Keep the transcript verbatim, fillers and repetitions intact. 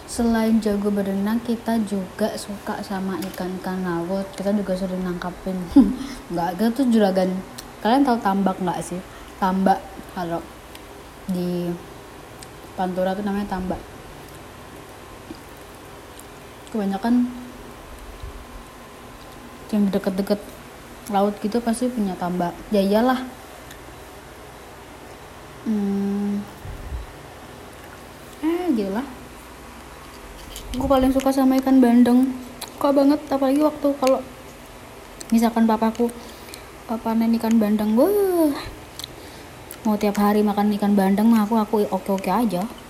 selain jago berenang, kita juga suka sama ikan-ikan laut. Kita juga sering nangkapin. Nggak, kita tuh juragan. Kalian tahu tambak nggak sih? Tambak, kalau di Pantura tuh namanya tambak. Kebanyakan yang deket-deket laut gitu pasti punya tambak. Ya iyalah. Hmm. Eh, gila. Gue paling suka sama ikan bandeng. Suka banget, apalagi waktu kalau misalkan papaku panen ikan bandeng, wah, mau tiap hari makan ikan bandeng mah aku aku oke oke aja.